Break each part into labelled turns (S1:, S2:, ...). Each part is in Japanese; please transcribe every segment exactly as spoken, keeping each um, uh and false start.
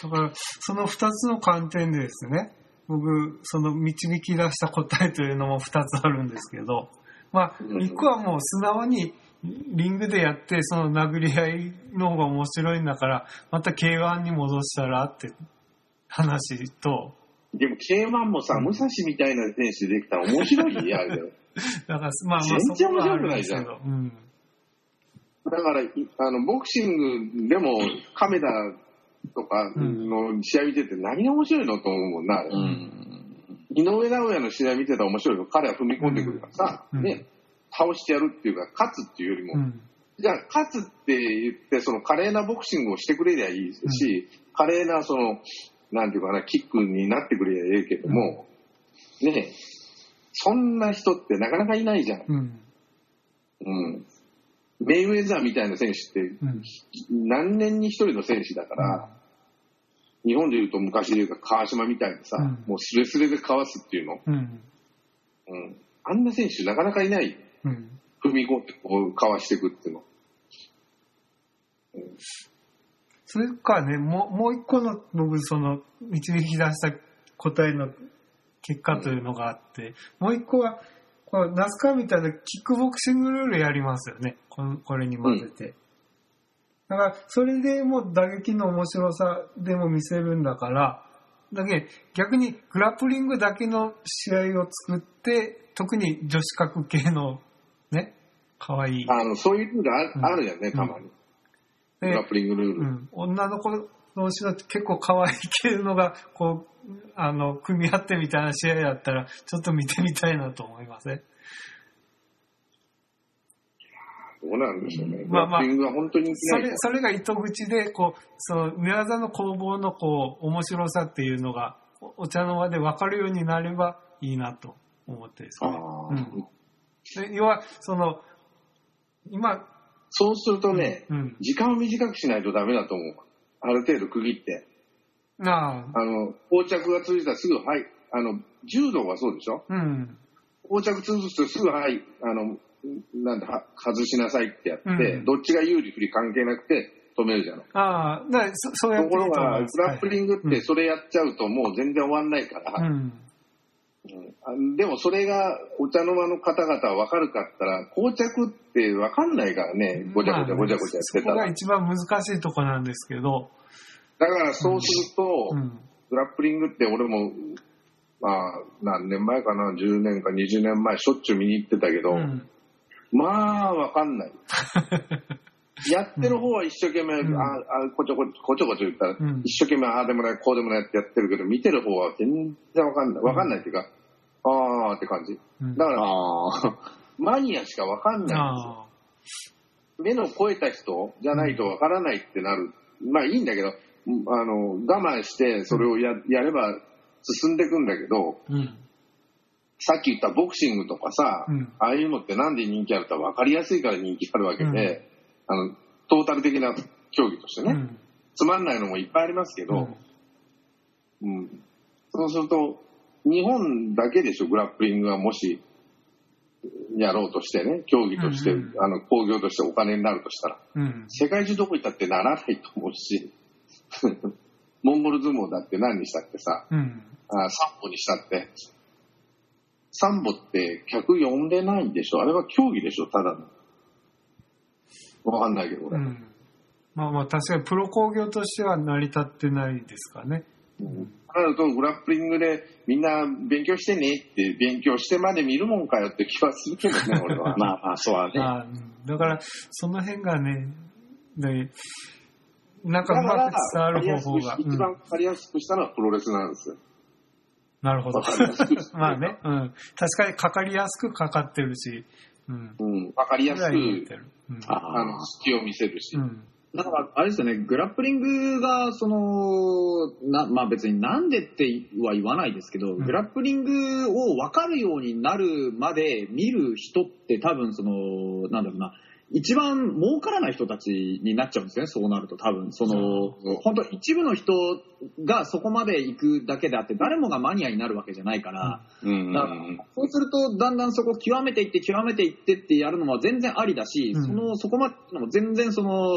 S1: だからそのふたつの観点でですね、僕その導き出した答えというのもふたつあるんですけど、まあいっこはもう素直にリングでやってその殴り合いの方が面白いんだからまた ケーワン に戻したらって話と、
S2: でも ケーワン もさ、武蔵みたいな選手できたら面白いやあれだよ。
S1: だからまあまあ
S2: 全然面白くないじゃん。
S1: そこはあるんです
S2: だからあのボクシングでも亀田とかの試合見てて何が面白いのと思うもんな、あれ。うん、井上尚弥の試合見てたら面白いの。彼は踏み込んでくるからさ、うん、ね、倒してやるっていうか勝つっていうよりも、うん、じゃあ勝つって言ってその華麗なボクシングをしてくれりゃいいし、うん、華麗なそのなんていうかなキックになってくれりゃいいけども、うん、ね、そんな人ってなかなかいないじゃん。うん。うん、メイウェザーみたいな選手って何年に一人の選手だから、うん、日本でいうと昔でいうか川島みたいにさ、うん、もうスレスレでかわすっていうの、うんうん、あんな選手なかなかいない、うん、踏み込んでこうかわしていくっていうの、うん、
S1: それかね、もう、もう一個の僕その導き出した答えの結果というのがあって、うん、もう一個はこのナスカみたいなキックボクシングルールやりますよね、このこれに混ぜて、うん、だからそれでもう打撃の面白さでも見せるんだから、だけ逆にグラップリングだけの試合を作って、特に女子格系のね、かわいい
S2: あのそういうルール あ,、うん、あるよね、たまに、グラップリングルール、うん、
S1: 女の子同士は結構可愛い系のがこうあの組み合ってみたいな試合やったらちょっと見てみたいなと思いますね。
S2: そうなんですよね。まあまあ、グラップリングは本当に
S1: それそれが糸口でこうその寝技の攻防のこう面白さっていうのがお茶の間で分かるようになればいいなと思ってですね。うん、で要はその今
S2: そうするとね、うん、時間を短くしないとダメだと思う。ある程度区切って。ああの、膠着が続いたらすぐ、はい。あの、柔道はそうでしょ、うん、膠着続くとすぐ、はい。あの、なんだ、外しなさいってやって、うん、どっちが有利不利関係なくて止めるじゃない。
S1: ああ、だからそそうやっていいと思います。
S2: ところが、グラップリングってそれやっちゃうともう全然終わんないから、うんうん、でもそれがお茶の間の方々は分かるかったら膠着って分かんないからね、ごちゃごちゃごちゃごちゃやってたら、
S1: そこが一番難しいとこなんですけど、
S2: だからそうすると、うん、グラップリングって俺もまあ何年前かな、じゅうねんかにじゅうねんまえしょっちゅう見に行ってたけど、うん、まあ分かんないやってる方は一生懸命、うん、ああこちょこちょこちょこちょ言ったら、うん、一生懸命ああでもないこうでもないってやってるけど、見てる方は全然分かんない分かんないっていうか、うん、あーって感じ、うん、だからマニアしか分かんないんですよ。目の超えた人じゃないと分からないってなる。まあいいんだけど、あの我慢してそれを や, やれば進んでいくんだけど、うん、さっき言ったボクシングとかさ、うん、ああいうのってなんで人気あるか分かりやすいから人気あるわけで、うん、あのトータル的な競技としてね、うん、つまんないのもいっぱいありますけど、うんうん、そうすると日本だけでしょ、グラップリングがもしやろうとしてね、競技として、うんうん、あの興行としてお金になるとしたら、うん、世界中どこ行ったってならないと思うしモンゴル相撲だって何にしたってさ、うん、あサンボにしたってサンボって客呼んでないんでしょ、あれは競技でしょ、ただの。わかんないけど俺、うん、
S1: まあまあ確かにプロ興行としては成り立ってないですかね。
S2: うん、なるとグラップリングでみんな勉強してねって勉強してまで見るもんかよって気はするけどね俺はまあまあそうはね、あ、
S1: だからその辺がね、でなんかうまく伝わる方法が
S2: 一番分かりやすくしたのはプロレスなんですよ。
S1: なるほどまあね、うん、確かにかかりやすくかかってるし、うん
S2: うん、分かりやすく、うん、あの隙を見せるし、うん、
S3: だからあれですよね、グラップリングがそのな、まあ別になんでっては言わないですけど、うん、グラップリングを分かるようになるまで見る人って多分そのなんだろうな、一番儲からない人たちになっちゃうんですよね。そうなると多分その本当一部の人がそこまで行くだけであって誰もがマニアになるわけじゃないから、うん、だからそうするとだんだんそこ極めていって極めていってってやるのは全然ありだし、うん、そのそこまでのも全然その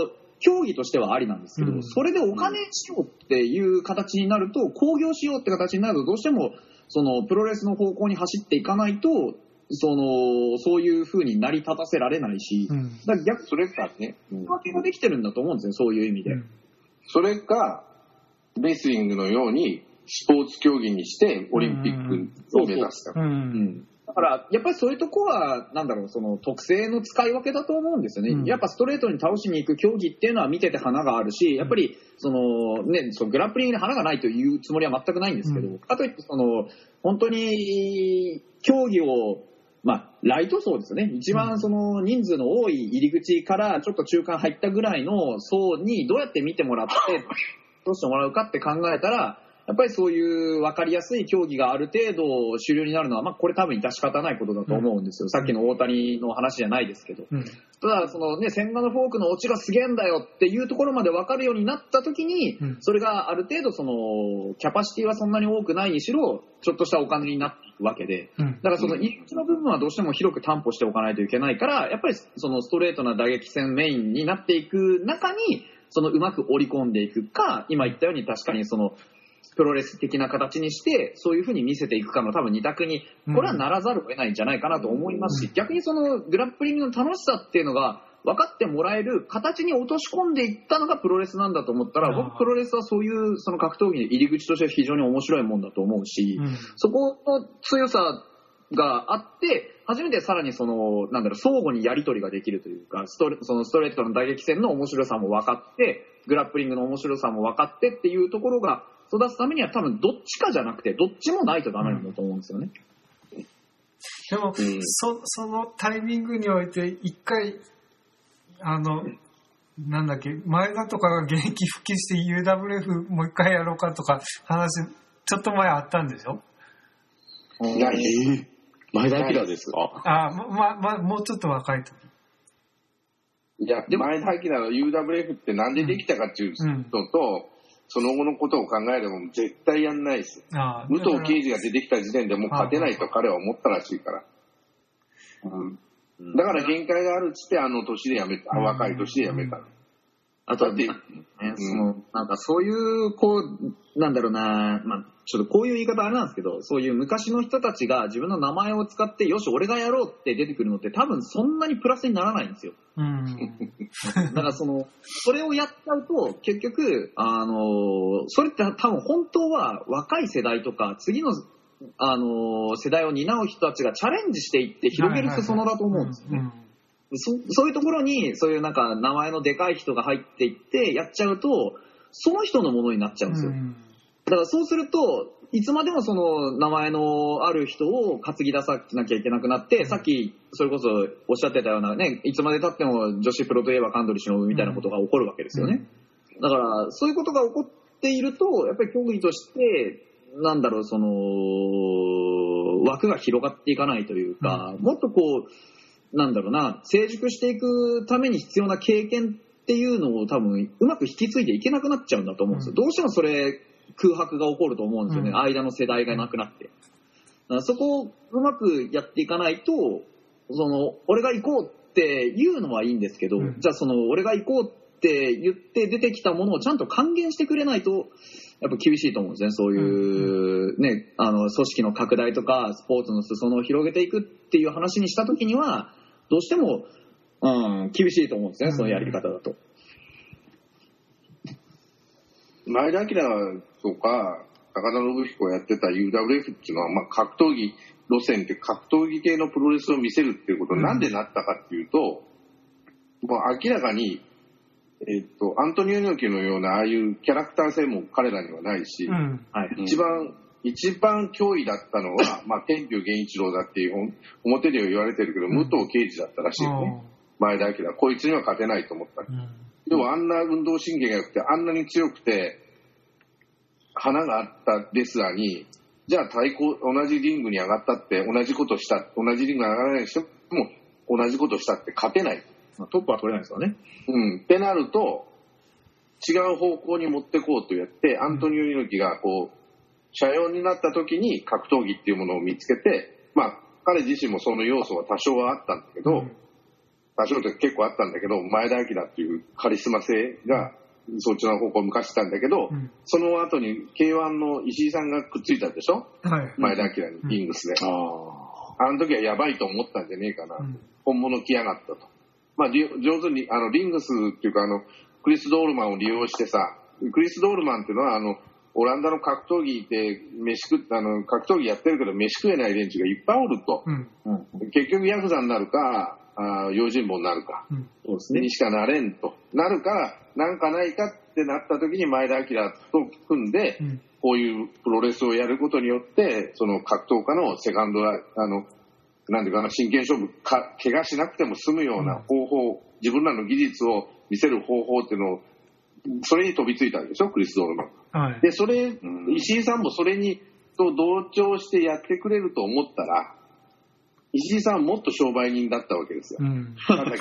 S3: 競技としてはありなんですけど、うん、それでお金しようっていう形になると、興行しようって形になると、どうしてもそのプロレスの方向に走っていかないと、そのそういう風に成り立たせられないし、うん、だから逆
S2: それかね、
S3: 言い訳ができてるんだと思うんですよ、そういう意味で。うん、
S2: それかレスリングのようにスポーツ競技にしてオリンピックを目指すか。
S3: だからやっぱりそういうとこはなんだろう、その特性の使い分けだと思うんですよね。うん、やっぱストレートに倒しに行く競技っていうのは見てて花があるし、やっぱりそのね、そのグラップリングに花がないというつもりは全くないんですけど、うん、かといってその本当に競技をまあ、ライト層ですね。一番その人数の多い入り口からちょっと中間入ったぐらいの層にどうやって見てもらってどうしてもらうかって考えたら、やっぱりそういう分かりやすい競技がある程度主流になるのは、まあ、これ多分致し方ないことだと思うんですよ。うん、さっきの大谷の話じゃないですけど。うん、ただ、そのね、千賀のフォークのオチがすげえんだよっていうところまで分かるようになった時に、うん、それがある程度その、キャパシティはそんなに多くないにしろ、ちょっとしたお金になっていくわけで、うん、だからその入り口の部分はどうしても広く担保しておかないといけないから、やっぱりそのストレートな打撃戦メインになっていく中に、そのうまく織り込んでいくか、今言ったように確かにその、プロレス的な形にしてそういう風に見せていくかの多分二択にこれはならざるを得ないんじゃないかなと思いますし、逆にそのグラップリングの楽しさっていうのが分かってもらえる形に落とし込んでいったのがプロレスなんだと思ったら、僕プロレスはそういうその格闘技の入り口として非常に面白いもんだと思うし、そこの強さがあって初めてさらにそのなんだろう相互にやり取りができるというか、ストレ、そのストレートの打撃戦の面白さも分かってグラップリングの面白さも分かってっていうところが育つためには多分どっちかじゃなくてどっちもないとダメなんだと思うんですよね。
S1: うん、でも、うん、そ, そのタイミングにおいて一回あのなんだっけ前田とかが現役復帰して ユーダブリューエフ もう一回やろうかとか話ちょっと前あったんでしょ。
S2: ない。
S3: 前田明ですか。
S1: あままもうちょっと若い時。
S2: いや前田明の ユーダブリューエフ ってなんでできたかっていうのと、うんうんその後のことを考えれば絶対やんないです。武藤敬司が出てきた時点でもう勝てないと彼は思ったらしいから。うん、だから限界があるっつってあの年でやめた、若い年でやめた。
S3: あとはね、そのなんかそういうこうなんだろうな、まあちょっとこういう言い方あれなんですけど、そういう昔の人たちが自分の名前を使ってよし俺がやろうって出てくるのって多分そんなにプラスにならないんですよ。うん、だからそのそれをやっちゃうと結局あのそれって多分本当は若い世代とか次のあの世代を担う人たちがチャレンジしていって広げる裾野だと思うんですよね。そ, そういうところにそういうなんか名前のでかい人が入っていってやっちゃうとその人のものになっちゃうんですよ。うんだからそうするといつまでもその名前のある人を担ぎ出さなきゃいけなくなって、うん、さっきそれこそおっしゃってたようなねいつまで経っても女子プロといえば神取忍みたいなことが起こるわけですよね、うん、だからそういうことが起こっているとやっぱり競技としてなんだろうその枠が広がっていかないというか、うん、もっとこうなんだろうな成熟していくために必要な経験っていうのを多分うまく引き継いでいけなくなっちゃうんだと思うんですよ、うん、どうしてもそれ空白が起こると思うんですよね、うん、間の世代がなくなって。だからそこをうまくやっていかないとその俺が行こうって言うのはいいんですけど、うん、じゃあその俺が行こうって言って出てきたものをちゃんと還元してくれないとやっぱ厳しいと思うんですね。そういう、うん、ねあの組織の拡大とかスポーツの裾野を広げていくっていう話にした時にはどうしても、うん、厳しいと思うんですね、うん、そのやり方だと。
S2: 前田明とか高田信彦がやってた ユーダブリューエフ っていうのは、まあ、格闘技路線って格闘技系のプロレスを見せるっていうことになんでなったかっていうと、うん、もう明らかに、えっと、アントニオ猪木のようなああいうキャラクター性も彼らにはないし、うんはい、一番一番脅威だったのは、まあ、天竜源一郎だっていう表では言われてるけど、うん、武藤敬司だったらしいよね、前田明。こいつには勝てないと思った。うん要はあんな運動神経が良くてあんなに強くて花があったレスラーにじゃあ対抗同じリングに上がったって同じことした同じリングに上がらないにしても同じことしたって勝てない、
S3: まあ、トップは取れないですからね。
S2: うんってなると違う方向に持ってこうとやってアントニオ猪木がこう社用になった時に格闘技っていうものを見つけてまあ彼自身もその要素は多少はあったんだけど、うん多少って結構あったんだけど、前田明っていうカリスマ性がそっちの方向を向かしてたんだけど、うん、その後に ケーワン の石井さんがくっついたでしょ、はい、前田明にリングスで、うん、あ, あの時はやばいと思ったんじゃねえかな、うん、本物来やがったと。まあ、上手にあのリングスっていうかあのクリス・ドールマンを利用してさ、クリス・ドールマンっていうのはあのオランダの格闘技って飯食あの格闘技やってるけど飯食えない連中がいっぱいおると、うんうん、結局ヤクザになるかあ用心棒になるか、うん、そうですね、にしかなれんとなるからなんかないかってなった時に前田明と組んで、うん、こういうプロレスをやることによってその格闘家のセカンドラあのなんていうかな真剣勝負か怪我しなくても済むような方法、うん、自分らの技術を見せる方法っていうのをそれに飛びついたんでしょクリス・ドールマン、はい、でそれ、うん、石井さんもそれにと同調してやってくれると思ったら石井さんはもっと商売人だったわけですよ、うん、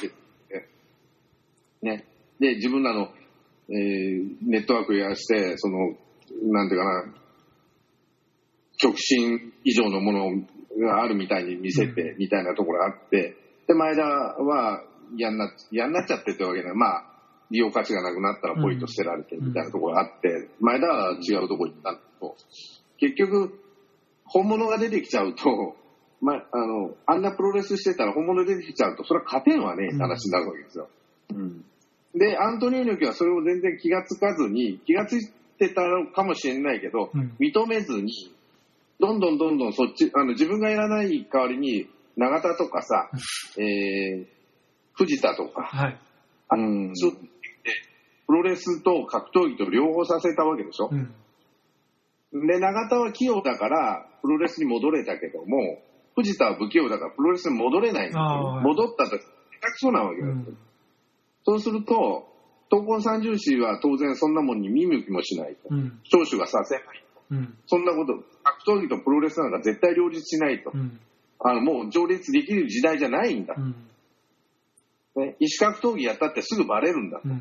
S2: ね、で自分らの、えー、ネットワークやしてそのなんていうかな極真以上のものがあるみたいに見せて、うん、みたいなところがあってで前田は嫌になっ嫌になっちゃってってわけでまあ利用価値がなくなったらポイント捨てられてみたいなところがあって、うん、前田は違うところに行ったんだけど結局本物が出てきちゃうと、まあ、あのあんなプロレスしてたら本物出てきちゃうとそれは勝てんわねって話になるわけですよ、うん、でアントニオ猪木はそれを全然気がつかずに気がついてたのかもしれないけど、うん、認めずにどんどんどんどんそっちあの自分がやらない代わりに永田とかさ、えー、藤田とか、はい、あのそうプロレスと格闘技と両方させたわけでしょ、うん、で永田は器用だからプロレスに戻れたけども藤田は不器用だからプロレスに戻れないんですよ。戻ったと下手くそなわけです、うん、そうすると闘魂三重士は当然そんなもんに見向きもしないと、うん、聴取がさせないと、うん、そんなこと格闘技とプロレスなんか絶対両立しないと、うん、あのもう両立できる時代じゃないんだ、うんね、異種格闘技やったってすぐバレるんだと、うん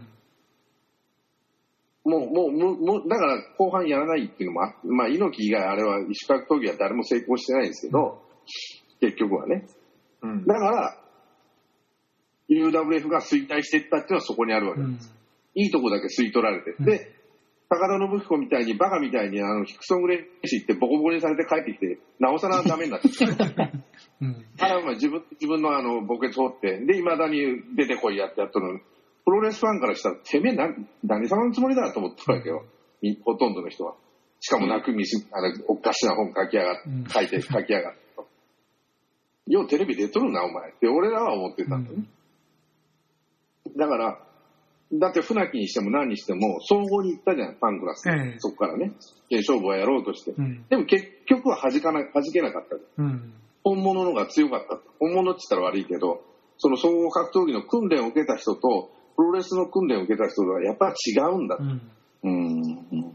S2: もう、もう、もう、だから後半やらないっていうのもあ、まあ、猪木以外あれは異種格闘技は誰も成功してないんですけど、うん、結局はね。うん、だから、ユーダブリューエフ が衰退していったっていうのはそこにあるわけです。うん、いいとこだけ吸い取られて。うん、で、高田信彦みたいに、バカみたいに、あの、ヒクソングレーシーってボコボコにされて帰ってきて、なおさらダメになってきた。うん、あれはまあ自分、自分のあの、ボケ通って、で、未だに出てこいやってやったのに、プロレスファンからしたら、てめえ何、何様のつもりだと思ったわけよ。ほとんどの人は。しかも泣くみし、あの、おかしな本書きやがって、書いて、書きやがって。ようテレビ出とるな、お前。って俺らは思ってたんだよね。うん、だから、だって船木にしても何にしても、総合に行ったじゃん、ファンクラス。ええ、そこからね。で、勝負はやろうとして。うん、でも結局は弾かな、弾けなかった。うん、本物のが強かった。本物って言ったら悪いけど、その総合格闘技の訓練を受けた人と、プロレスの訓練を受けた人がやっぱり違うんだ、うんうん、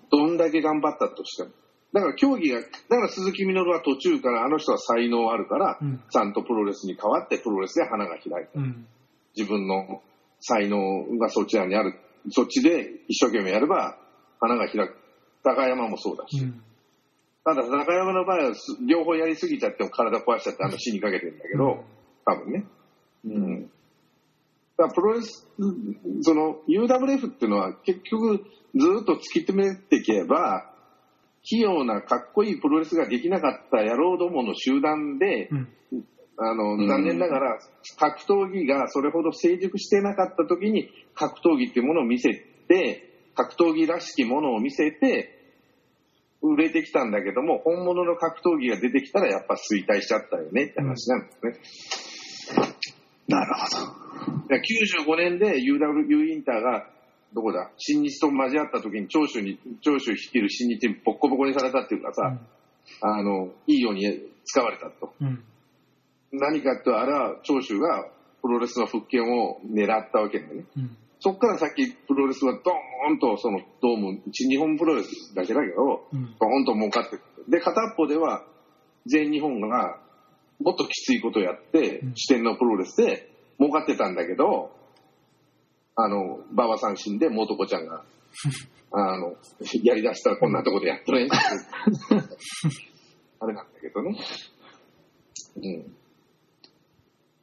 S2: どんだけ頑張ったとしてもだから競技がだから鈴木みのるは途中からあの人は才能あるから、うん、ちゃんとプロレスに変わってプロレスで花が開いた、うん、自分の才能がそちらにあるそっちで一生懸命やれば花が開く高山もそうだし、うん、ただ高山の場合は両方やりすぎちゃっても体壊しちゃってあの死にかけてるんだけど、多分ね、うんだからプロレスその ユーダブリューエフ っていうのは結局ずっと突き詰めていけば器用なかっこいいプロレスができなかった野郎どもの集団で、うん、あの残念ながら格闘技がそれほど成熟してなかった時に格闘技っていうものを見せて格闘技らしきものを見せて売れてきたんだけども本物の格闘技が出てきたらやっぱ衰退しちゃったよねって話なんですね、
S3: うん、なるほど
S2: きゅうじゅうごねんで ユーダブリュー インターがどこだ新日と交わった時に長州に長州率いる新日にボッコボコにされたっていうかさ、うん、あのいいように使われたと、うん、何かってあれは長州がプロレスの復権を狙ったわけだよね、うん、そこから先プロレスはドーンとそのドーム日本プロレスだけだけど、うん、ドーンと儲かってで片っぽでは全日本がもっときついことをやって、うん、支店のプロレスで儲かってたんだけどあの馬場さん死んで元子ちゃんがあのやりだしたらこんなとこでやっとねあれなんだけどね、うん、
S3: い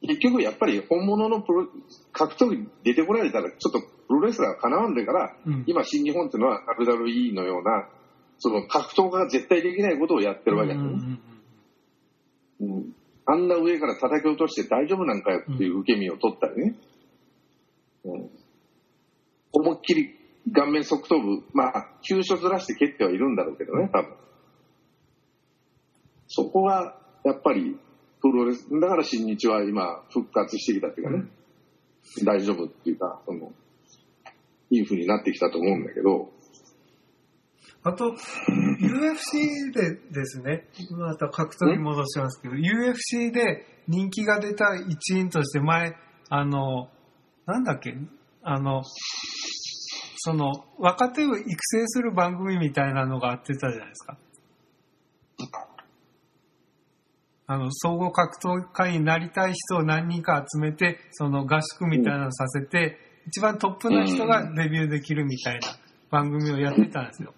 S2: 結局やっぱり本物のプロ格闘技出てこられたらちょっとプロレスラーがかなわんでから、うん、今新日本っていうのは ダブリューダブリューイー のようなその格闘家が絶対できないことをやってるわけだよね、うんうんうん、あんな上から叩き落として大丈夫なんかよっていう受け身を取ったりね、うん、思いっきり顔面側頭部まあ急所ずらして蹴ってはいるんだろうけどね多分そこがやっぱりプロレスだから新日は今復活してきたっていうかね、うん、大丈夫っていうかそのいい風になってきたと思うんだけど
S1: あと ユーエフシー でですねまた格闘技戻しますけど ユーエフシー で人気が出た一因として前あのなんだっけあのその若手を育成する番組みたいなのがあってたじゃないですかあの総合格闘家になりたい人を何人か集めてその合宿みたいなのをさせて、うん、一番トップな人がデビューできるみたいな番組をやってたんですよ。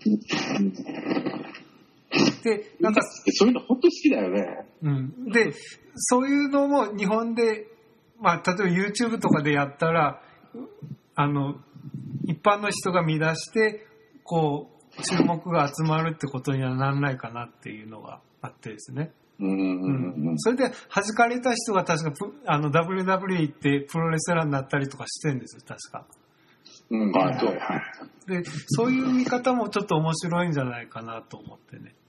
S1: でなんか
S2: そういうの本当好きだよね。
S1: うん、でそういうのも日本で、まあ、例えば YouTube とかでやったらあの一般の人が見出してこう注目が集まるってことにはならないかなっていうのがあってですね。
S2: うんうんうん、
S1: それで弾かれた人が確かあの ダブリューダブリューイー ってプロレスラーになったりとかしてるんですよ確か、
S2: うんはいはいはい、
S1: でそういう見方もちょっと面白いんじゃないかなと思ってね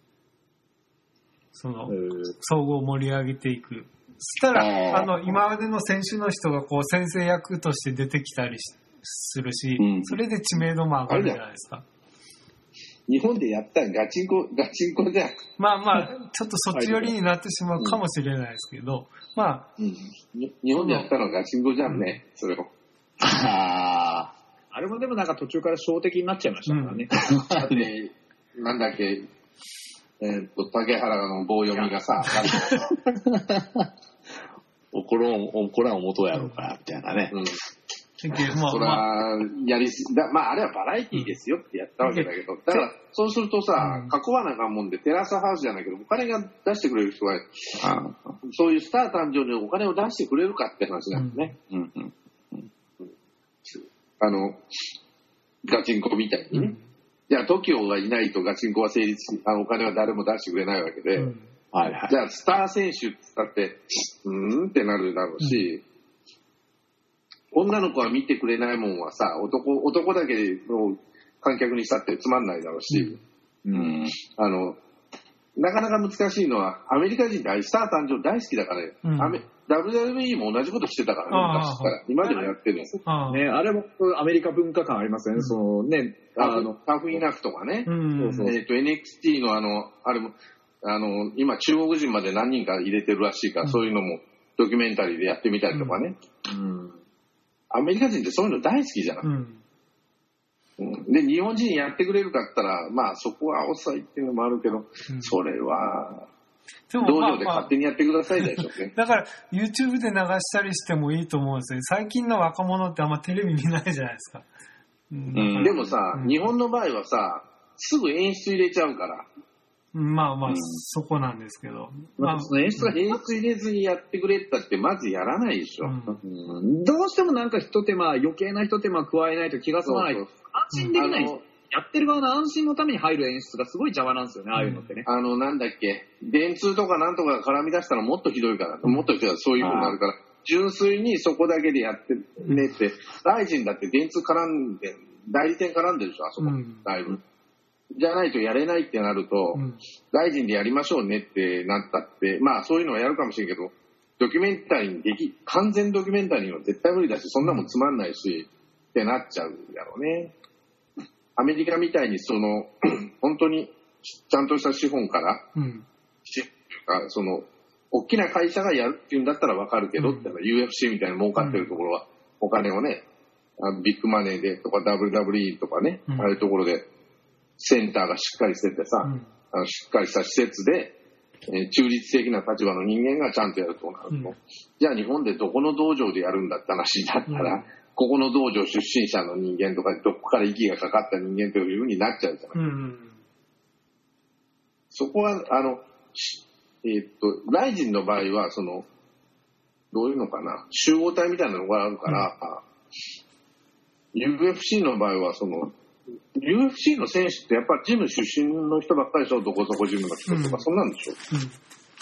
S1: その総合を盛り上げていくそしたらあの今までの選手の人がこう先生役として出てきたりするし、うん、それで知名度も上がるじゃないですか
S2: 日本でやったらガチンコ、ガチンコじゃん。
S1: まあまあ、ちょっとそっち寄りになってしまうかもしれないですけど、うん、まあ、
S2: うん。日本でやったのはガチンコじゃんね、うん、それを。
S3: ああ。あれもでもなんか途中から小的になっちゃいましたからね。うん、
S2: だって、なんだっけ、えー、っと、竹原の棒読みがさ、
S3: 怒らん、怒らん元やろか、みたいなね。うん
S2: まあ、それはやりすだまああれはバラエティーですよってやったわけだけどだからそうするとさ囲わなあかんもんでテラスハウスじゃないけどお金が出してくれる人がそういうスター誕生にお金を出してくれるかって話なんですね、うんうんうん、あのガチンコみたいにね、うん、じゃあ トキオ がいないとガチンコは成立あのお金は誰も出してくれないわけで、うんはいはい、じゃあスター選手って言ったってうーんってなるだろうし、うん女の子は見てくれないもんはさ 男, 男だけの観客にしたってつまんないだろうし、うん、あのなかなか難しいのはアメリカ人ってスター誕生大好きだからね、うん、ダブリューダブリューイー も同じことしてたからね昔から今でもやってるんです
S3: よ、ね、あれもアメリカ文化感ありますよね、うん、そのね
S2: あのタフイナフとかね、うんそうそうえー、と エヌエックスティー のあのあれもあの今中国人まで何人か入れてるらしいから、うん、そういうのもドキュメンタリーでやってみたりとかね、うんうんアメリカ人ってそういうの大好きじゃない、うんうん、で日本人やってくれるかって言ったらまあそこは遅いっていうのもあるけど、うん、それは道場で勝手にやってくださいでしょうね、
S1: まあまあ、だから YouTube で流したりしてもいいと思うんですよ最近の若者ってあんまテレビ見ないじゃないですか、
S2: うん、でもさ、うん、日本の場合はさすぐ演出入れちゃうから
S1: まあまあ、うん、そこなんですけど。
S2: まあ、その演出が演出入れずにやってくれたってまずやらないでしょ。
S3: うん、どうしてもなんか一手間、余計な一手間加えないと気が済まない。そうそう安心できない、うん、やってる側の安心のために入る演出がすごい邪魔なんですよね、ああいうのってね。
S2: あの、なんだっけ、電通とかなんとか絡み出したらもっとひどいから、もっとひどいからそういう風になるから、純粋にそこだけでやってねって、大臣だって電通絡んで、代理店絡んでるでしょ、あそこ、だいぶ。じゃないとやれないってなると、うん、大臣でやりましょうねってなったって、まあそういうのはやるかもしれんけど、ドキュメンタリーにでき、完全ドキュメンタリーは絶対無理だし、そんなもんつまんないし、ってなっちゃうやろうね。アメリカみたいにその、本当にちゃんとした資本から、うん、その、大きな会社がやるっていうんだったらわかるけど、うん、って ユーエフシー みたいに儲かってるところは、お金をね、あのビッグマネーでとか ダブリューダブリューイー とかね、うん、ああいうところで、センターがしっかりしててさ、うん、あのしっかりした施設で、えー、中立的な立場の人間がちゃんとやるとなると、うん、じゃあ日本でどこの道場でやるんだって話だったら、うん、ここの道場出身者の人間とかどこから息がかかった人間というふうになっちゃうじゃない、うん、そこはあの、えー、っとライジンの場合はそのどういうのかな、集合体みたいなのがあるから、うん、ユーエフシー の場合はその ユーエフシー の選手ってやっぱジム出身の人ばっかりでしょ、どこそこジムの人とか、うん、そんなんでしょ、うん、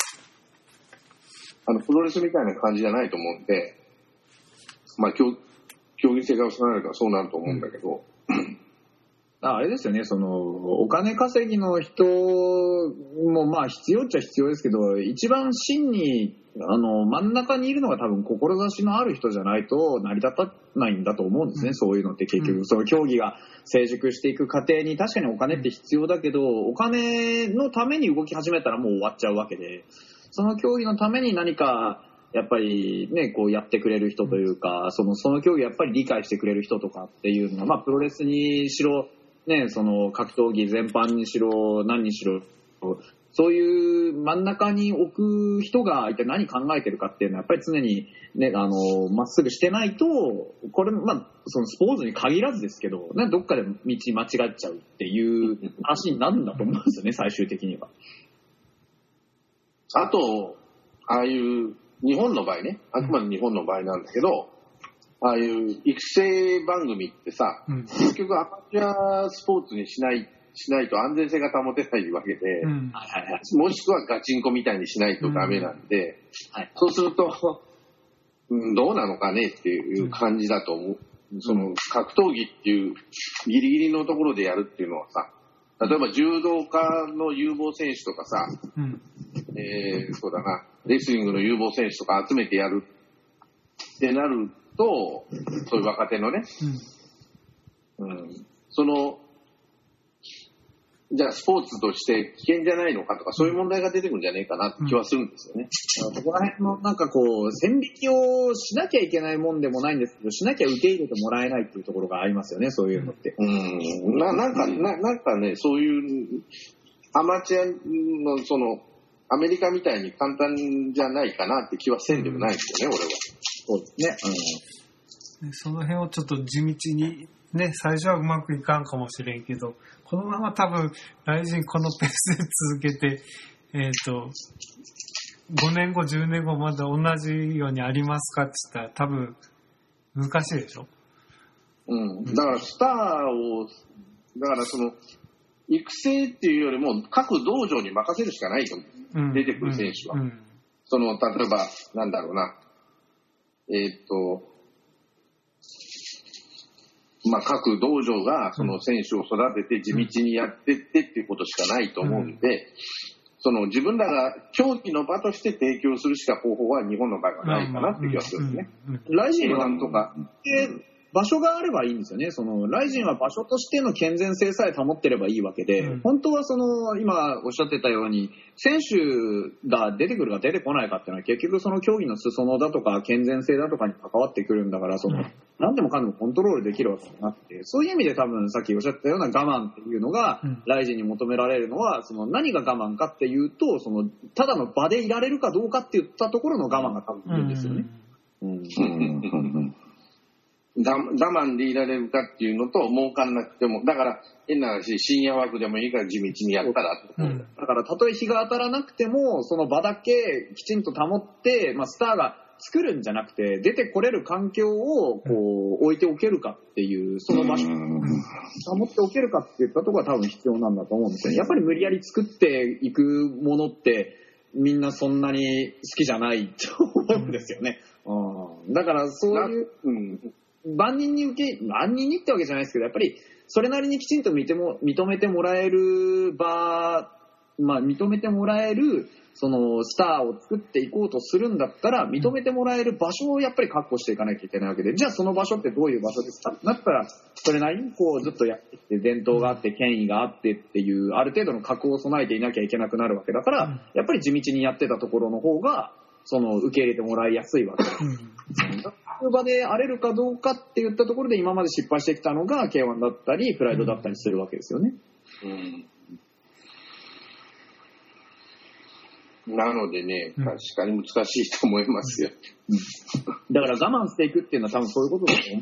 S2: あのプロレスみたいな感じじゃないと思うんで、まあ競技性が薄くなるからそうなると思うんだけど、うん、
S3: あれですよね、そのお金稼ぎの人もまあ必要っちゃ必要ですけど、一番真にあの真ん中にいるのが多分志のある人じゃないと成り立たないんだと思うんですね、うん、そういうのって結局、うん、その競技が成熟していく過程に確かにお金って必要だけど、お金のために動き始めたらもう終わっちゃうわけで、その競技のために何かやっぱりねこうやってくれる人というか、そのその競技やっぱり理解してくれる人とかっていうのが、まあプロレスにしろね、その格闘技全般にしろ何にしろ、そういう真ん中に置く人が一体何考えてるかっていうのはやっぱり常にね、あのまっすぐしてないと、これまあそのスポーツに限らずですけど、ね、どっかで道間違っちゃうっていう話になるんだと思うんですよね、最終的には。
S2: あとああいう日本の場合ね、あくまで日本の場合なんだけど、ああいう育成番組ってさ、うん、結局アマチュアスポーツにしないしないと安全性が保てないわけで、うん、もしくはガチンコみたいにしないとダメなんで、うんはい、そうすると、うん、どうなのかねっていう感じだと思う、うん、その格闘技っていうギリギリのところでやるっていうのはさ、例えば柔道家の有望選手とかさ、うんえー、そうだな、レスリングの有望選手とか集めてやるってなると、そういう若手のね、うんうん、そのじゃあスポーツとして危険じゃないのかとか、そういう問題が出てくるんじゃねえかなって気はするんですよね。
S3: うん、そこら辺のなんかこう線引きをしなきゃいけないもんでもないんですけど、しなきゃ受け入れてもらえないっていうところがありますよね、そういうのって。
S2: うんななんかななんかね、そういうアマチュアのそのアメリカみたいに簡単じゃないかなって気はせんでもないですよね、俺は。
S3: そうですね。
S1: うん、その辺をちょっと地道にね、最初はうまくいかんかもしれんけど、このまま多分来人このペースで続けて、えっと、ごねんご、じゅうねんごまだ同じようにありますかって言ったら多分難しいでしょ。
S2: うん。だからスターを、だからその、育成っていうよりも各道場に任せるしかないと思う。うん、出てくる選手は。うんうん、その、例えば、なんだろうな。えっと、まあ、各道場がその選手を育てて地道にやってってっていうことしかないと思うんで、うん、その自分らが競技の場として提供するしか方法は日本の場合はないかなっていう気がするんですね。
S3: ライジンはなんとかで場所があればいいんですよね。そのライジンは場所としての健全性さえ保ってればいいわけで、うん、本当はその今おっしゃってたように選手が出てくるか出てこないかっていうのは結局その競技の裾野だとか健全性だとかに関わってくるんだから、その、うん、何でもかんでもコントロールできるわけじゃなくて、そういう意味で多分さっきおっしゃったような我慢っていうのが、うん、ライジンに求められるのはその何が我慢かっていうと、そのただの場でいられるかどうかっていったところの我慢が多分いいんですよね。うんうんうん
S2: 我慢でいられるかっていうのと、儲かんなくても、だから変な話、深夜枠でもいいから地道にやったら、
S3: うん、だからたとえ日が当たらなくてもその場だけきちんと保って、まあ、スターが作るんじゃなくて出てこれる環境をこう置いておけるかっていう、その場所を保っておけるかっていったところが多分必要なんだと思うんですよね。やっぱり無理やり作っていくものってみんなそんなに好きじゃないと思うんですよね。うん、だからそういう、うん万人に受け、万人にってわけじゃないですけど、やっぱりそれなりにきちんと認め、認めてもらえる場、まあ認めてもらえるそのスターを作っていこうとするんだったら、認めてもらえる場所をやっぱり確保していかなきゃいけないわけで、じゃあその場所ってどういう場所ですかってなったら、それなりにこうずっとやってきて、伝統があって権威があってっていうある程度の格を備えていなきゃいけなくなるわけだから、やっぱり地道にやってたところの方がその受け入れてもらいやすいわけです。場で荒れるかどうかっていったところで今まで失敗してきたのが ケーワン だったりプライドだったりするわけですよね。うん
S2: うん、なのでね、確かに難しいと思いますよ。
S3: うん、だから我慢していくっていうのは多分そういうことだと思う。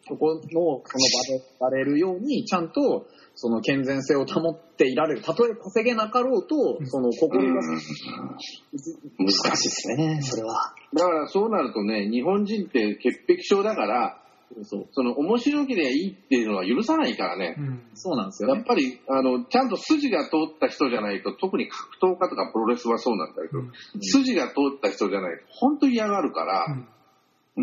S3: そこのその場でやれるようにちゃんとその健全性を保っていられる。たとえ稼げなかろうとその心が難しいですね。それは。
S2: だからそうなるとね、日本人って潔癖症だから。そうその面白ければいいっていうのは許さないからね、うん、
S3: そうなんですよ、ね、
S2: やっぱりあのちゃんと筋が通った人じゃないと、特に格闘家とかプロレスはそうなんだけど、うん、筋が通った人じゃないと本当に嫌がるから、うん、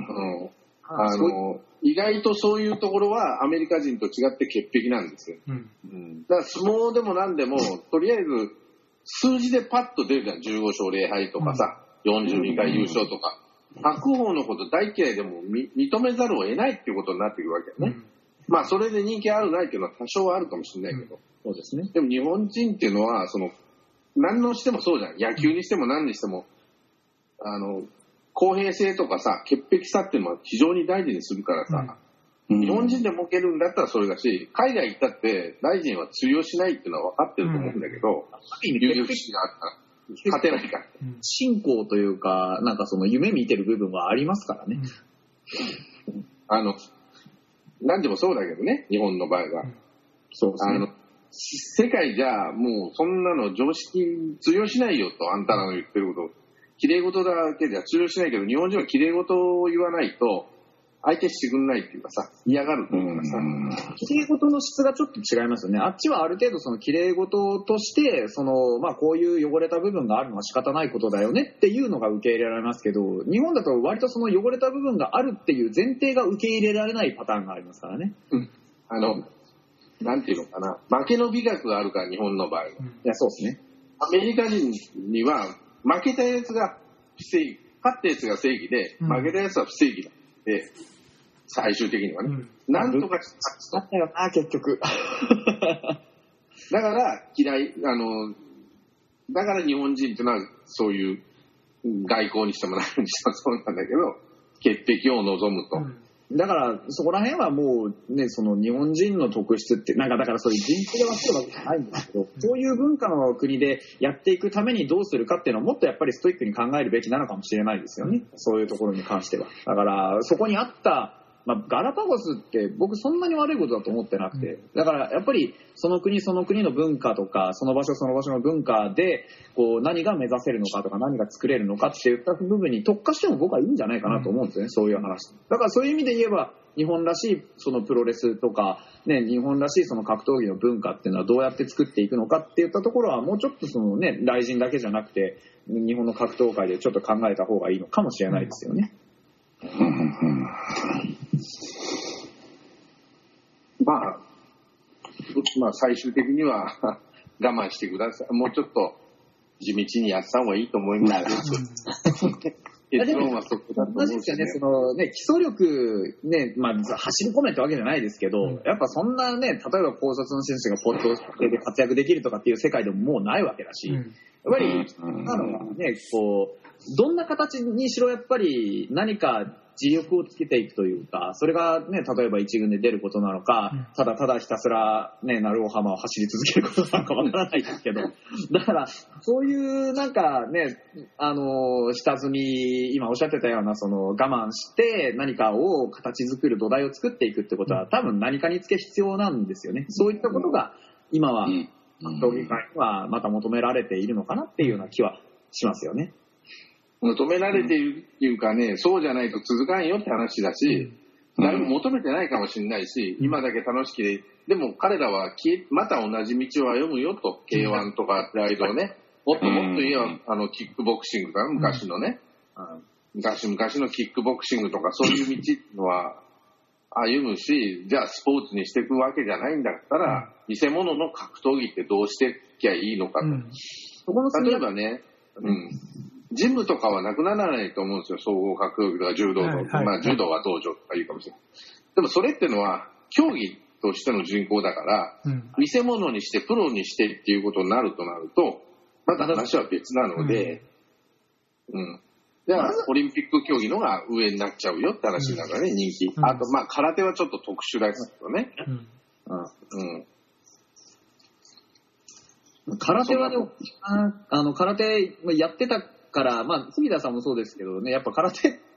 S2: うんあの意外とそういうところはアメリカ人と違って潔癖なんですよ、うんうん、だから相撲でも何でもとりあえず数字でパッと出るじゃん。じゅうごしょうぜろはいとかさ、うん、よんじゅうにかい優勝とか、白鵬のこと大嫌いでも認めざるを得ないっていうことになってくるわけよね、うん、まあそれで人気あるないっていうのは多少はあるかもしれないけど、
S3: うん、そうですね。
S2: でも日本人っていうのはその何のしてもそうじゃん。野球にしても何にしてもあの公平性とかさ潔癖さっていうのは非常に大事にするからさ、うん、日本人でもけるんだったらそれだし、海外行ったって大臣は通用しないっていうのは分かってると思うんだけど、有力視があったら勝てないから、
S3: 信仰というかなんかその夢見てる部分はありますからね、
S2: うん、あの何でもそうだけどね、日本の場合は、うん、そうですね、あの世界じゃもうそんなの常識通用しないよと、あんたらの言ってること綺麗事だけでは通用しないけど、日本人は綺麗事を言わないと相手してくんないっていうかさ、嫌がるというかさ、
S3: 綺麗事の質がちょっと違いますよね。あっちはある程度その綺麗事としてその、まあ、こういう汚れた部分があるのは仕方ないことだよねっていうのが受け入れられますけど、日本だと割とその汚れた部分があるっていう前提が受け入れられないパターンがありますからね、
S2: うん、あのなんていうのかな、負けの美学があるから日本の場合は、うん、い
S3: やそうですね。
S2: アメリカ人には負けたやつが不正義、勝ったやつが正義で、うん、負けたやつは不正義だって最終的にはね、うん、なんとか
S3: だったよな結局
S2: だから嫌い、あのだから日本人っていうのはそういう外交にしても何にしてもそうなんだけど、潔癖を望むと、
S3: うん、だからそこら辺はもうね、その日本人の特質ってなんかだからそういう人種が分けるわけじゃないんですけど、そういう文化の国でやっていくためにどうするかっていうのはもっとやっぱりストイックに考えるべきなのかもしれないですよね、そういうところに関しては。だからそこにあったまあ、ガラパゴスって僕そんなに悪いことだと思ってなくて、だからやっぱりその国その国の文化とかその場所その場所の文化でこう何が目指せるのかとか何が作れるのかっていった部分に特化しても僕はいいんじゃないかなと思うんですよね、そういう話。だからそういう意味で言えば日本らしいそのプロレスとか、ね、日本らしいその格闘技の文化っていうのはどうやって作っていくのかっていったところはもうちょっとそのね、雷神だけじゃなくて日本の格闘界でちょっと考えた方がいいのかもしれないですよね。
S2: まあ、まあ最終的には我慢してください。もうちょっと地道にやった方がいいと思います。結論はそこだと思うんですよね。
S3: そのね、基礎力ね、まあ走り込めってわけじゃないですけど、うん、やっぱそんなね、例えば高卒の選手がポットで活躍できるとかっていう世界でももうないわけだし、うん、やっぱり今のはね、こうどんな形にしろやっぱり何か自力をつけていくというか、それがね、例えば一軍で出ることなのか、うん、ただただひたすらね、鳴尾浜を走り続けることなのかわからないですけど、だからそういうなんかね、あの下積み、今おっしゃってたようなその我慢して何かを形作る土台を作っていくってことは多分何かにつけ必要なんですよね。そういったことが今は格闘技界にはまた求められているのかなっていうような気はしますよね。
S2: 求められているっていうかね、そうじゃないと続かんよって話だし、誰も求めてないかもしれないし、今だけ楽しきで、でも彼らはまた同じ道を歩むよと、ケーワン とかプライドをね、もっともっと言えば、あのキックボクシングかな、昔のね、昔昔のキックボクシングとかそういう道っていうのは歩むし、じゃあスポーツにしていくわけじゃないんだったら、偽物の格闘技ってどうしていきゃいいのかと。例えばね、うんジムとかはなくならないと思うんですよ。総合格闘技とか柔道とか、はいはい、まあ柔道は道場とかいいかもしれない。でもそれってのは競技としての人口だから、うん、見せ物にしてプロにしてっていうことになるとなると、また話は別なので、うん。うん、じゃあオリンピック競技のが上になっちゃうよって話だからね、うん、人気。あとまあ空手はちょっと特殊ですけどね。うん。うん
S3: 空手はでもああの空手やってたから、まあ、杉田さんもそうですけどね、やっぱ空手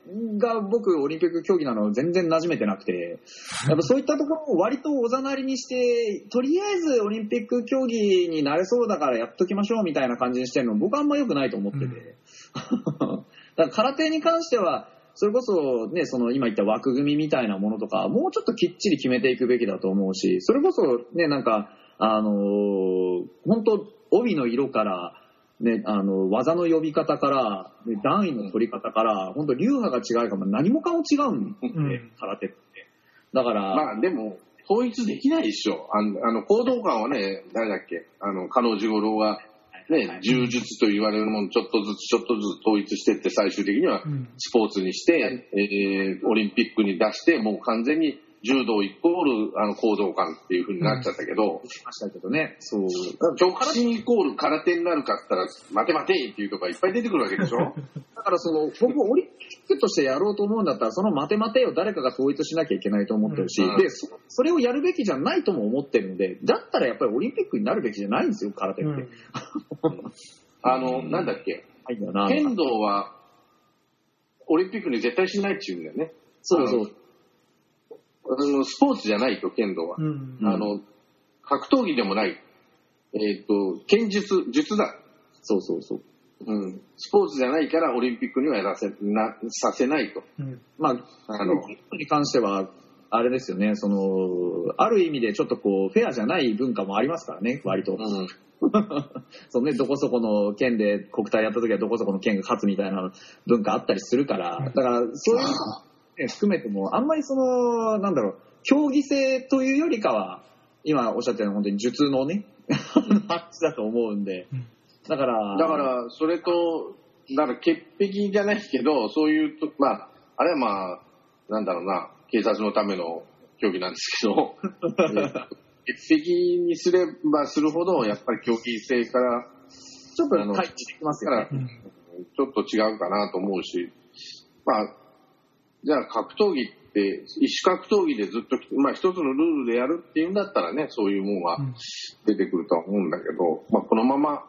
S3: が僕オリンピック競技なの全然馴染めてなくて、やっぱそういったところを割とおざなりにしてとりあえずオリンピック競技になれそうだからやっときましょうみたいな感じにしてるの僕はあんま良くないと思ってて、うん、だから空手に関してはそれこそね、その今言った枠組みみたいなものとかもうちょっときっちり決めていくべきだと思うし、それこそね、なんかあのー、本当帯の色からね、あの技の呼び方から、ね、段位の取り方から本当流派が違うから何もかも違うんで、うん、空手って。だから
S2: まあでも統一できないでしょ。あの、あの行動感はね、誰だっけ、あの加納治五郎がね、柔術と言われるものちょっとずつちょっとずつ統一していって最終的にはスポーツにして、うん、えー、オリンピックに出してもう完全に柔道イコールあの行動感っていう風になっちゃったけど、
S3: うん、しましたけどね。そう。
S2: 直進イコール空手になるかったら待て待てっていうとこがいっぱい出てくるわけでしょ。
S3: だからその僕オリンピックとしてやろうと思うんだったらその待て待てを誰かが統一しなきゃいけないと思ってるし、うん、で そ, それをやるべきじゃないとも思ってるので、だったらやっぱりオリンピックになるべきじゃないんですよ空手って。うん、
S2: あのなんだっけ、剣道はオリンピックに絶対しないっていうんだよね。
S3: そうそう。
S2: あのスポーツじゃないと剣道は、うん、あの格闘技でもない、えっと剣術術だ。
S3: そうそうそう。
S2: うん、スポーツじゃないからオリンピックにはやらせなさせないと。
S3: うん、まああの剣道に関してはあれですよね。そのある意味でちょっとこうフェアじゃない文化もありますからね、割と。うん、そうね、どこそこの県で国体やった時はどこそこの県が勝つみたいな文化あったりするから、だからそういうの含めてもあんまりそのなんだろう競技性というよりかは今おっしゃったように本当に術のね話だと思うんで、だから
S2: だからそれとだから潔癖じゃないけどそういうとまああれはまあなんだろうな警察のための競技なんですけど潔癖にすればするほどやっぱり競技性から
S3: ちょっと入ってきますよね。
S2: ちょっと違うかなと思うし、まあじゃあ格闘技って異種格闘技でずっとまあ一つのルールでやるっていうんだったらねそういうもんは出てくるとは思うんだけど、まあこのまま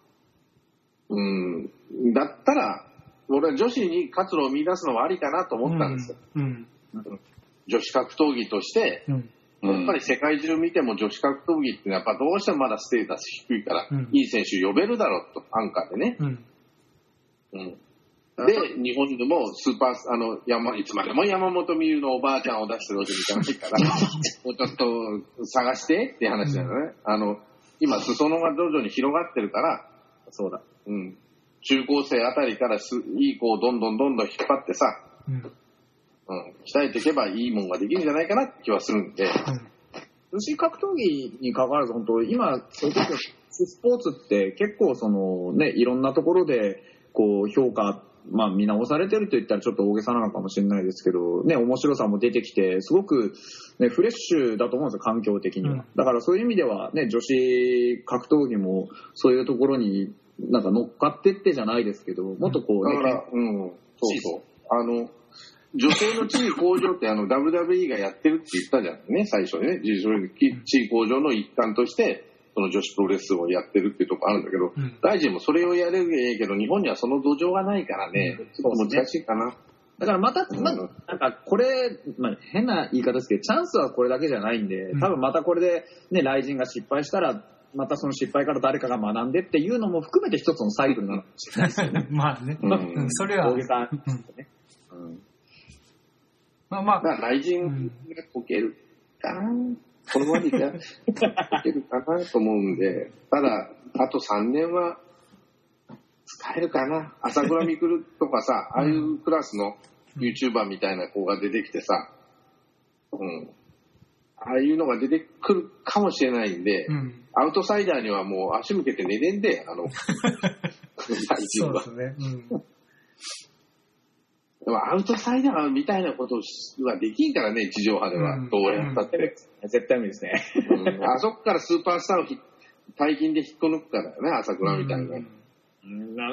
S2: うんだったら俺は女子に活路を見出すのはありかなと思ったんですよ。うんうん、女子格闘技として。うんやっぱり世界中見ても女子格闘技ってのはやっぱどうしてもまだステータス低いから、うん、いい選手呼べるだろうとアンカーでね、うんうん、で日本でもスーパーあの山いつまでも山本美優のおばあちゃんを出してるわけにいかないからもうちょっと探してっていう話だよね、うん、あの今裾野が徐々に広がってるから
S3: そうだ、
S2: うん、中高生あたりからすいい子をどんどんどんどん引っ張ってさ、うんうん、鍛えていけばいいもんができるんじゃないかなって気はするんで、
S3: 女子格闘技に関わらず本当今そういう時スポーツって結構そのねいろんなところでこう評価まあ見直されてると言ったらちょっと大げさなのかもしれないですけどね面白さも出てきてすごくねフレッシュだと思うんですよ環境的には、うん、だからそういう意味ではね女子格闘技もそういうところになんか乗っかってってじゃないですけどもっとこうね、
S2: だからうんそうそうあの女性の地位向上ってあの ダブリューダブリューイー がやってるって言ったじゃんね最初にね地位向上の一環としてその女子プロレスをやってるっていうところあるんだけど、うん、大臣もそれをやれるけど日本にはその土壌がないからね、うん、ちょっと難しいかな。
S3: だからまた、まあ、なんかこれ、まあ、変な言い方ですけどチャンスはこれだけじゃないんで多分またこれでねライジンが失敗したらまたその失敗から誰かが学んでっていうのも含めて一つのサイクルなのかもしれないですよね。
S1: まあね、うん、それは大げさね。うんまあまあ、
S2: まあ、雷神が解けるかな、うん、このままでいや解けるかなと思うんで、ただあとさんねんは使えるかな。朝倉未来とかさ、ああいうクラスの YouTuber みたいな子が出てきてさ、うん、ああいうのが出てくるかもしれないんで、うん、アウトサイダーにはもう足向けて寝れんで、あの雷神は。そうですね。うんでもアウトサイダーみたいなことはできんからね、地上波では。うん、どうやったって。
S3: うん、絶対無理ですね。
S2: うん、あそこからスーパースターを大金で引っこ抜くからね、朝倉みたいな。
S3: うん、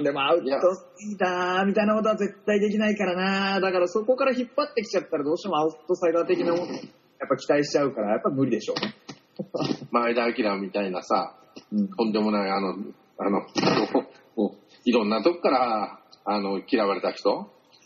S3: でもアウトサイダーみたいなことは絶対できないからな。だからそこから引っ張ってきちゃったらどうしてもアウトサイダー的なものやっぱ期待しちゃうからやっぱ無理でしょうね。
S2: 前田明みたいなさ、うん、とんでもないあの、あの、いろんなとこからあの嫌われた人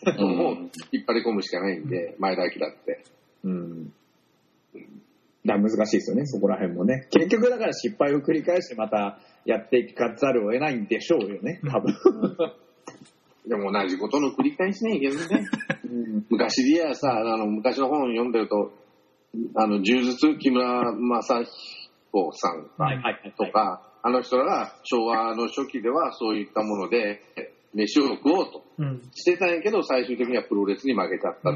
S2: もう引っ張り込むしかないんで、前田明だって。
S3: うん。だ難しいですよね、そこら辺もね。結局だから失敗を繰り返してまたやっていかざるを得ないんでしょうよね、多分。
S2: でも同じことの繰り返しねえけどね。うん、昔でやさ、あの昔の本を読んでると、あの柔術木村正彦さんとか、あの人らが昭和の初期ではそういったもので飯を食おうとしてたんやけど、最終的にはプロレスに負けちゃった。うん、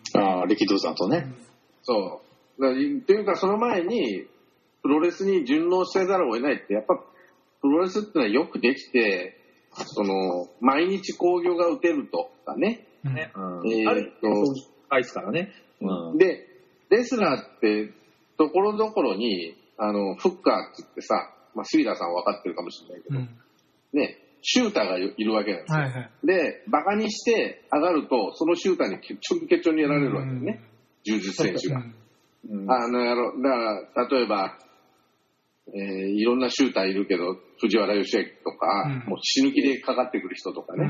S3: ああ、力道山とね。うん、
S2: そう。だというかその前にプロレスに順応せざるを得ないって、やっぱプロレスってのはよくできて、その毎日興行が打てるとかね、ね、うん、えー、あると
S3: アイスからね、
S2: うん、でレスラーってところどころにあのフッカーって言ってさ、まあ、スイダーさんは分かってるかもしれないけど、うん、ね、シューターがいるわけなんですよ、はいはい、でバカにして上がるとそのシューターにケチョンケチョンにやられるわけですね、柔術選手が、うん、あのやろだから例えば、えー、いろんなシューターいるけど藤原義明とか、うん、もう死ぬ気でかかってくる人とかね、うん、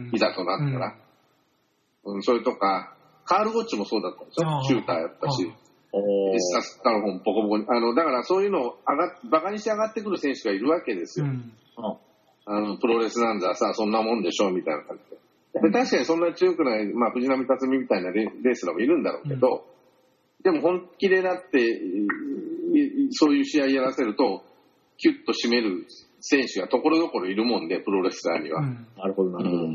S2: いざとなったら、うんうん、それとかカール・ゴッチもそうだったんですよ、シューターやったし、エスタスタルホンボコボコに、あのだからそういうのを上がバカにして上がってくる選手がいるわけですよ、うん、あのプロレスなんざさそんなもんでしょみたいな感じで、で確かにそんなに強くない、まあ、藤波辰巳みたいなレースラーもいるんだろうけど、うん、でも本気でなってそういう試合やらせるとキュッと締める選手がところどころいるもんで、プロレスラーには、うん、
S3: なるほどなるほど、うん、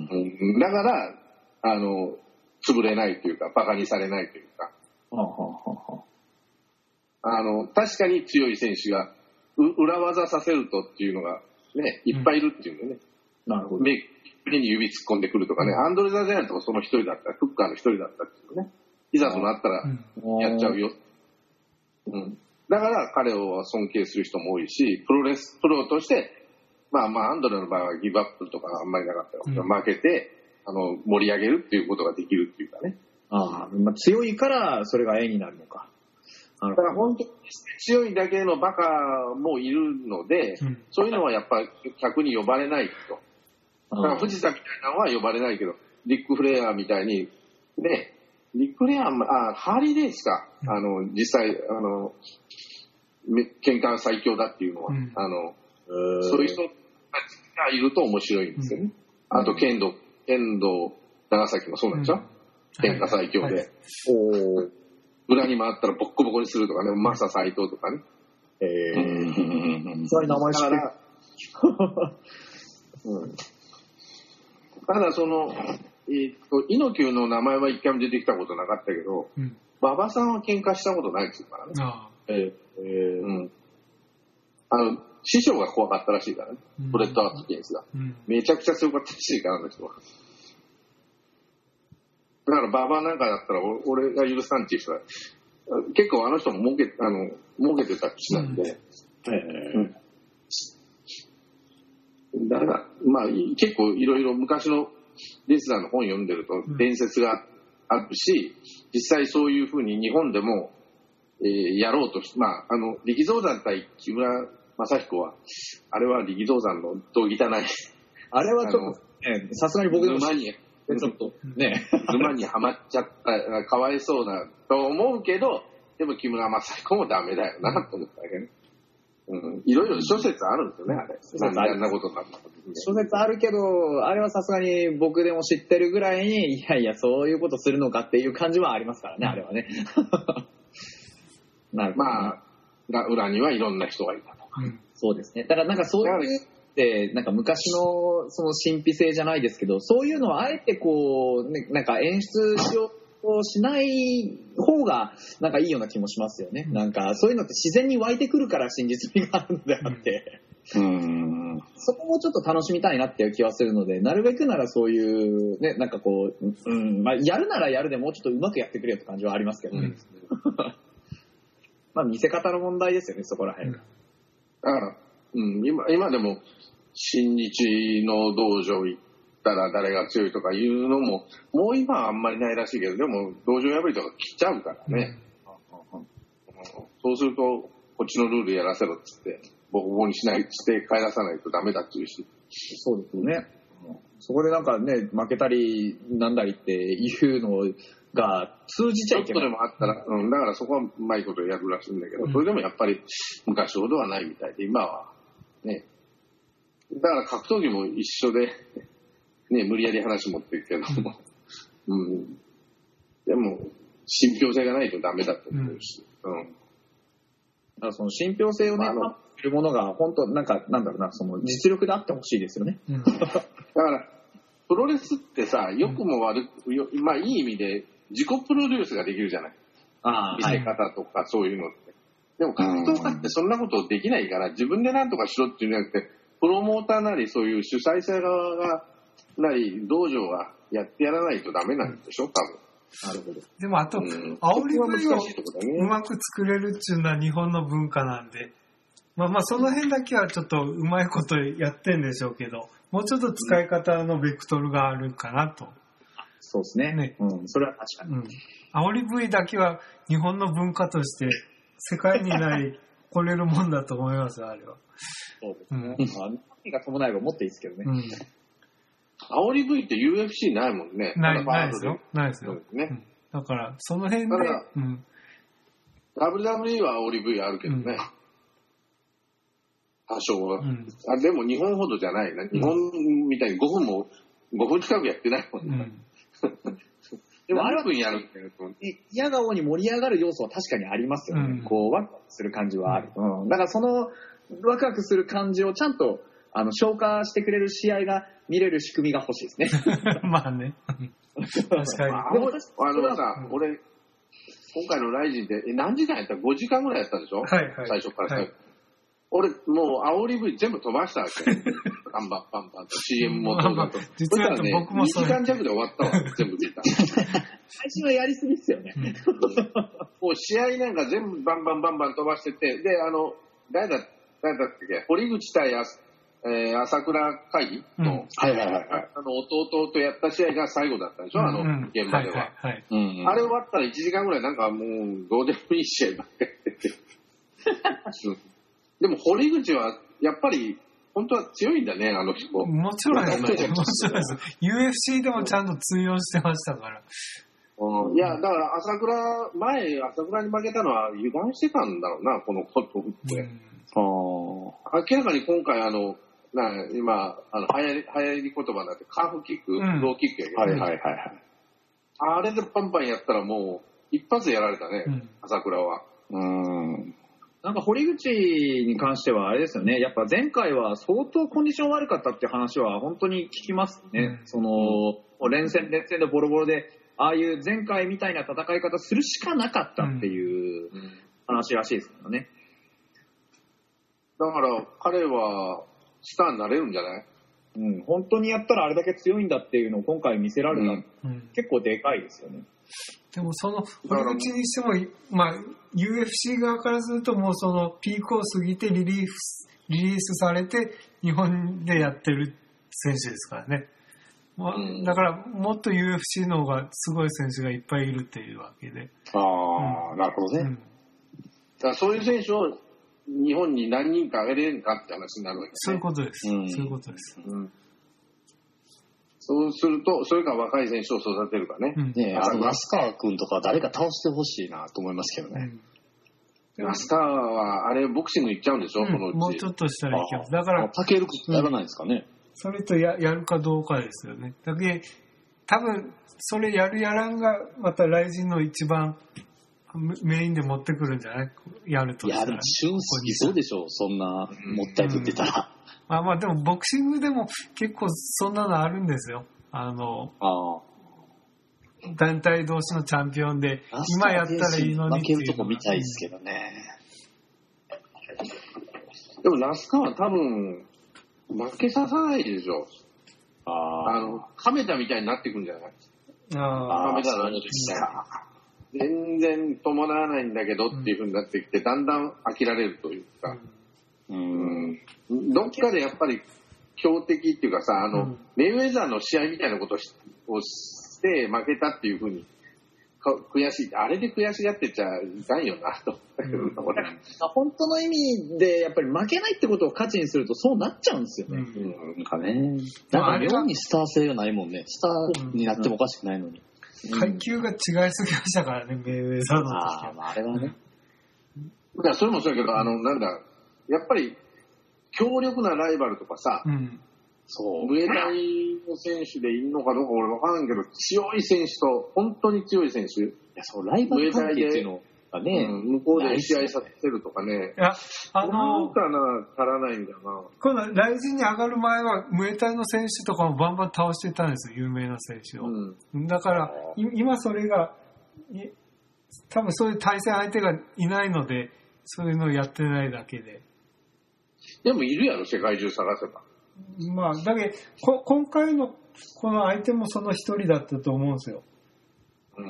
S2: だからあの潰れないというかバカにされないというか、はあはあはあ、あの確かに強い選手が裏技させるとっていうのがねいっぱいいるっていうのね、
S3: うん、なるほど、
S2: 目に指突っ込んでくるとかね、アンドレ・ザ・ジャイアントがその一人だった、フッカーの一人だったっていうね、いざとなったらやっちゃうよ、うん、だから彼を尊敬する人も多いし、プロレスプロとしてまあまあアンドレの場合はギブアップとかあんまりなかったけど、うん、負けてあの盛り上げるっていうことができるっていうかね、
S3: ああ、まあ、強いからそれが絵になるのか。
S2: だから本当に強いだけのバカもいるので、うん、そういうのはやっぱり客に呼ばれないと。だから藤田みたいなのは呼ばれないけど、リック・フレアみたいにね、リック・フレア、あ、ハーリー・レイスか、うん、あの実際あの喧嘩最強だっていうのは、うん、あのそういう人がいると面白いんですよね。うん、あと剣道、剣道長崎もそうなんでしょ。うん喧嘩最強で、はいはい、お裏に回ったらボッコボコにするとかね、マサ斎藤とかね。
S3: えー、それ名前知ってる。
S2: うん、ただその、えー、っと猪木の名前は一回も出てきたことなかったけど、うん、馬場さんは喧嘩したことないですからね。あえーえーうん、あの師匠が怖かったらしいからね、うん、ブレッド・アーツキンスが、うん、めちゃくちゃ強かったらしいからあの人は。だからババアなんかだったら俺が許さんっていう人は結構あの人も儲けあの儲けてた口なんで、うんうん、だからまあ結構いろいろ昔のレスラーの本読んでると伝説があるし、実際そういうふうに日本でも、えー、やろうとしまああの力道山対木村正彦はあれは力道山のどう汚い
S3: あれはちょっとさすがに僕でも
S2: 沼に
S3: ちょっとね
S2: 沼にはまっちゃったかわいそうなと思うけど、でも木村正彦もダメだよなと思ったわけね、うん、いろいろ諸説あるんですよね、あれなんであんなことになったの。
S3: 諸説あるけどあれはさすがに僕でも知ってるぐらいにいやいやそういうことするのかっていう感じはありますからね、あれはね
S2: なるほど、ね、まあ裏にはいろんな人がいたとか、
S3: うん、そうですね。だからなんかそういうってなんか昔のその神秘性じゃないですけど、そういうのをあえてこう、ね、なんか演出しようしない方がなんかいいような気もしますよね。なんかそういうのって自然に湧いてくるから真実味があるのであって、うん、そこもちょっと楽しみたいなっていう気はするので、なるべくならそういうね、なんかこう、うんまあ、やるならやるでもうちょっとうまくやってくれよって感じはありますけどね、うん、まあ見せ方の問題ですよね、そこら辺、うん、
S2: だからうん、今, 今でも新日の道場行ったら誰が強いとかいうのももう今はあんまりないらしいけど、でも道場破りとか来ちゃうからね、うん、そうするとこっちのルールやらせろっつってボコボコにしないして帰らさないとダメだっていうし、
S3: そうですよね、 そこでなんかね、負けたりなんだりっていうのが通じちゃいけない。
S2: ちょっとでもあったら、うん、だからそこはうまいことやるらしいんだけど、うん、それでもやっぱり昔ほどはないみたいで、今はね、だから格闘技も一緒で、ね、無理やり話持ってるけども、うん、でも信憑性がないとダメだと思うし、うん。うん、だ
S3: からその信憑性をね、まあ、するものが本当なんかなんだろうな、その実力であってほしいですよね。うん、だ
S2: からプロレスってさ、良くも悪く、よまあいい意味で自己プロデュースができるじゃない。あ見せ方とかそういうのって。でも格闘家ってそんなことできないから、自分で何とかしろっていうんじゃなくて、プロモーターなりそういう主催者側がなり道場がやってやらないとダメなんでしょ、多分。
S3: なるほど。
S1: でもあと、うん、煽り V をうまく作れるっていうのは日本の文化なんで、まあまあその辺だけはちょっとうまいことやってんでしょうけど、もうちょっと使い方のベクトルがあるかなと。
S3: そうですね。ね、うん、それは確かに。うん、
S1: 煽り V だけは日本の文化として世界にない来れるもんだと思いますよ、あれは。
S3: そうですね。うん、何が伴えばもっといいですけどね。うん、
S2: 煽り V って ユーエフシー ないもんね。
S1: ない、ないですよ。ないですよ。そうですね。うん、だから、その辺で、うん、
S2: ダブリューダブリューイー は煽り V あるけどね。うん、多少は、うん、あ。でも日本ほどじゃないな。日本みたいにごふんも、ごふん近くやってないもんね。うん、
S3: でも、ある分やるっていうと、嫌顔に盛り上がる要素は確かにありますよね。うん、こう、ワクワクする感じはある。うん、だからその、ワクワクする感じをちゃんと、あの、消化してくれる試合が見れる仕組みが欲しいですね。
S1: まあね。確かに。
S2: まあ、でもあのさ、うん、俺、今回のライジンで、え、何時間やった ?ご 時間ぐらいやったでしょ、はいはい、最初から最後、はい、俺、もう、煽り V 全部飛ばしたわけ。バンバンバンバンと シーエム も飛んだと。
S1: 実はね、僕も
S2: そう。にじかん弱で終わったわ、全部見た。
S3: 最初はやりすぎですよね。
S2: もう試合なんか全部バンバンバンバン飛ばしてて、で、あの、誰だ、誰だっけ、堀口対あ、えー、朝倉海の、うん、はいはいはい、あの弟とやった試合が最後だったでしょ、うん、あの現場では。あれ終わったらいちじかんぐらいなんかもうどうでもいい試合ばっかりやってて。でも堀口はやっぱり本当は強いんだね、あの人。
S1: もちろんです。もちろんです。ユーエフシー でもちゃんと通用してましたから。
S2: うん、いや、だから朝倉、前朝倉に負けたのは油断してたんだろうな、このことって。うん、明らかに今回あの、な今あの流行り流行り言葉になってカーフキック、うん、ローキックやけど、ね、はいはいはいはい。あれでパンパンやったらもう一発やられたね、うん、朝倉は。
S3: うん。なんか堀口に関してはあれですよね。やっぱ前回は相当コンディション悪かったっていう話は本当に聞きますね。うん、その連戦連戦でボロボロでああいう前回みたいな戦い方するしかなかったっていう話らしいですからね。
S2: だから彼はスターになれるんじゃない？
S3: うん、本当にやったらあれだけ強いんだっていうのを今回見せられた、うん、結構でかいですよね。
S1: でもその堀口にしても、まあ、ユーエフシー 側からするともうそのピークを過ぎてリリース、リリースされて日本でやってる選手ですからね。まあ、うん、だからもっと ユーエフシー の方がすごい選手がいっぱいいるっていうわけで。
S2: ああ、うん、なるほどね。うん、だからそういう選手を日本に何人か上げれるかって話になるわけです
S1: ね。そういうことです。うん、そういうことです。うん、
S2: そうすると、それから若い選手を育てるかね。うん、
S4: ねえ、あの、那須川君とか誰か倒してほしいなと思いますけどね。
S2: 那須川は、あれ、ボクシング行っちゃうんでしょ、うん、このうち。
S1: もうちょっとしたら行きます。だから、
S4: タケル君やらないですかね。うん、
S1: それと や, やるかどうかですよね。だけ多分、それやるやらんが、また来人の一番、メインで持ってくるんじゃないやるとしたら。
S4: いや、でも、俊介そうでしょう、そんな、もったいぶってたら。
S1: うん、まあまあ、でも、ボクシングでも結構そんなのあるんですよ。あの、あ団体同士のチャンピオンで、今やったらいいのにっていう。
S4: 負けるとこ見たいですけどね。
S2: でも、那須川は多分、負けささないでしょ。ああの、亀田みたいになっていくんじゃない？ああ、亀田のみたいな。全然伴わないんだけどっていう風になってきて、だんだん飽きられるというか、うん、どっかでやっぱり強敵っていうかさ、あの、うん、メイウェザーの試合みたいなことをして負けたっていう風に悔しい、あれで悔しがってちゃいかんよなと、うん、
S3: 本当の意味でやっぱり負けないってことを価値にするとそうなっちゃうんですよね。
S4: うん、なんかね、なんか妙にスター性がないもんね。スターになってもおかしくないのに。
S1: うん、階級が違いすぎましたからね、メイウェザーの時は。
S4: あ, まああれはね。
S2: だからそれもそうやけど、あのなんだやっぱり強力なライバルとかさ。うん、そうムエタイの選手でいるのかどうか俺分からんけど、強い選手と本当に強い選手、い
S4: やそうライバル関係っていうのがね、
S2: うん、向こうで試合させるとかね、いやあのなんかな足らないんだよな。
S1: このライジンに上がる前はムエタイの選手とかもバンバン倒してたんですよ、有名な選手を、うん、だから今それが多分そういう対戦相手がいないのでそういうのをやってないだけで。
S2: でもいるやろ、世界中探せば。
S1: まあ、だけど今回のこの相手もその一人だったと思うんですよ。うん。うん、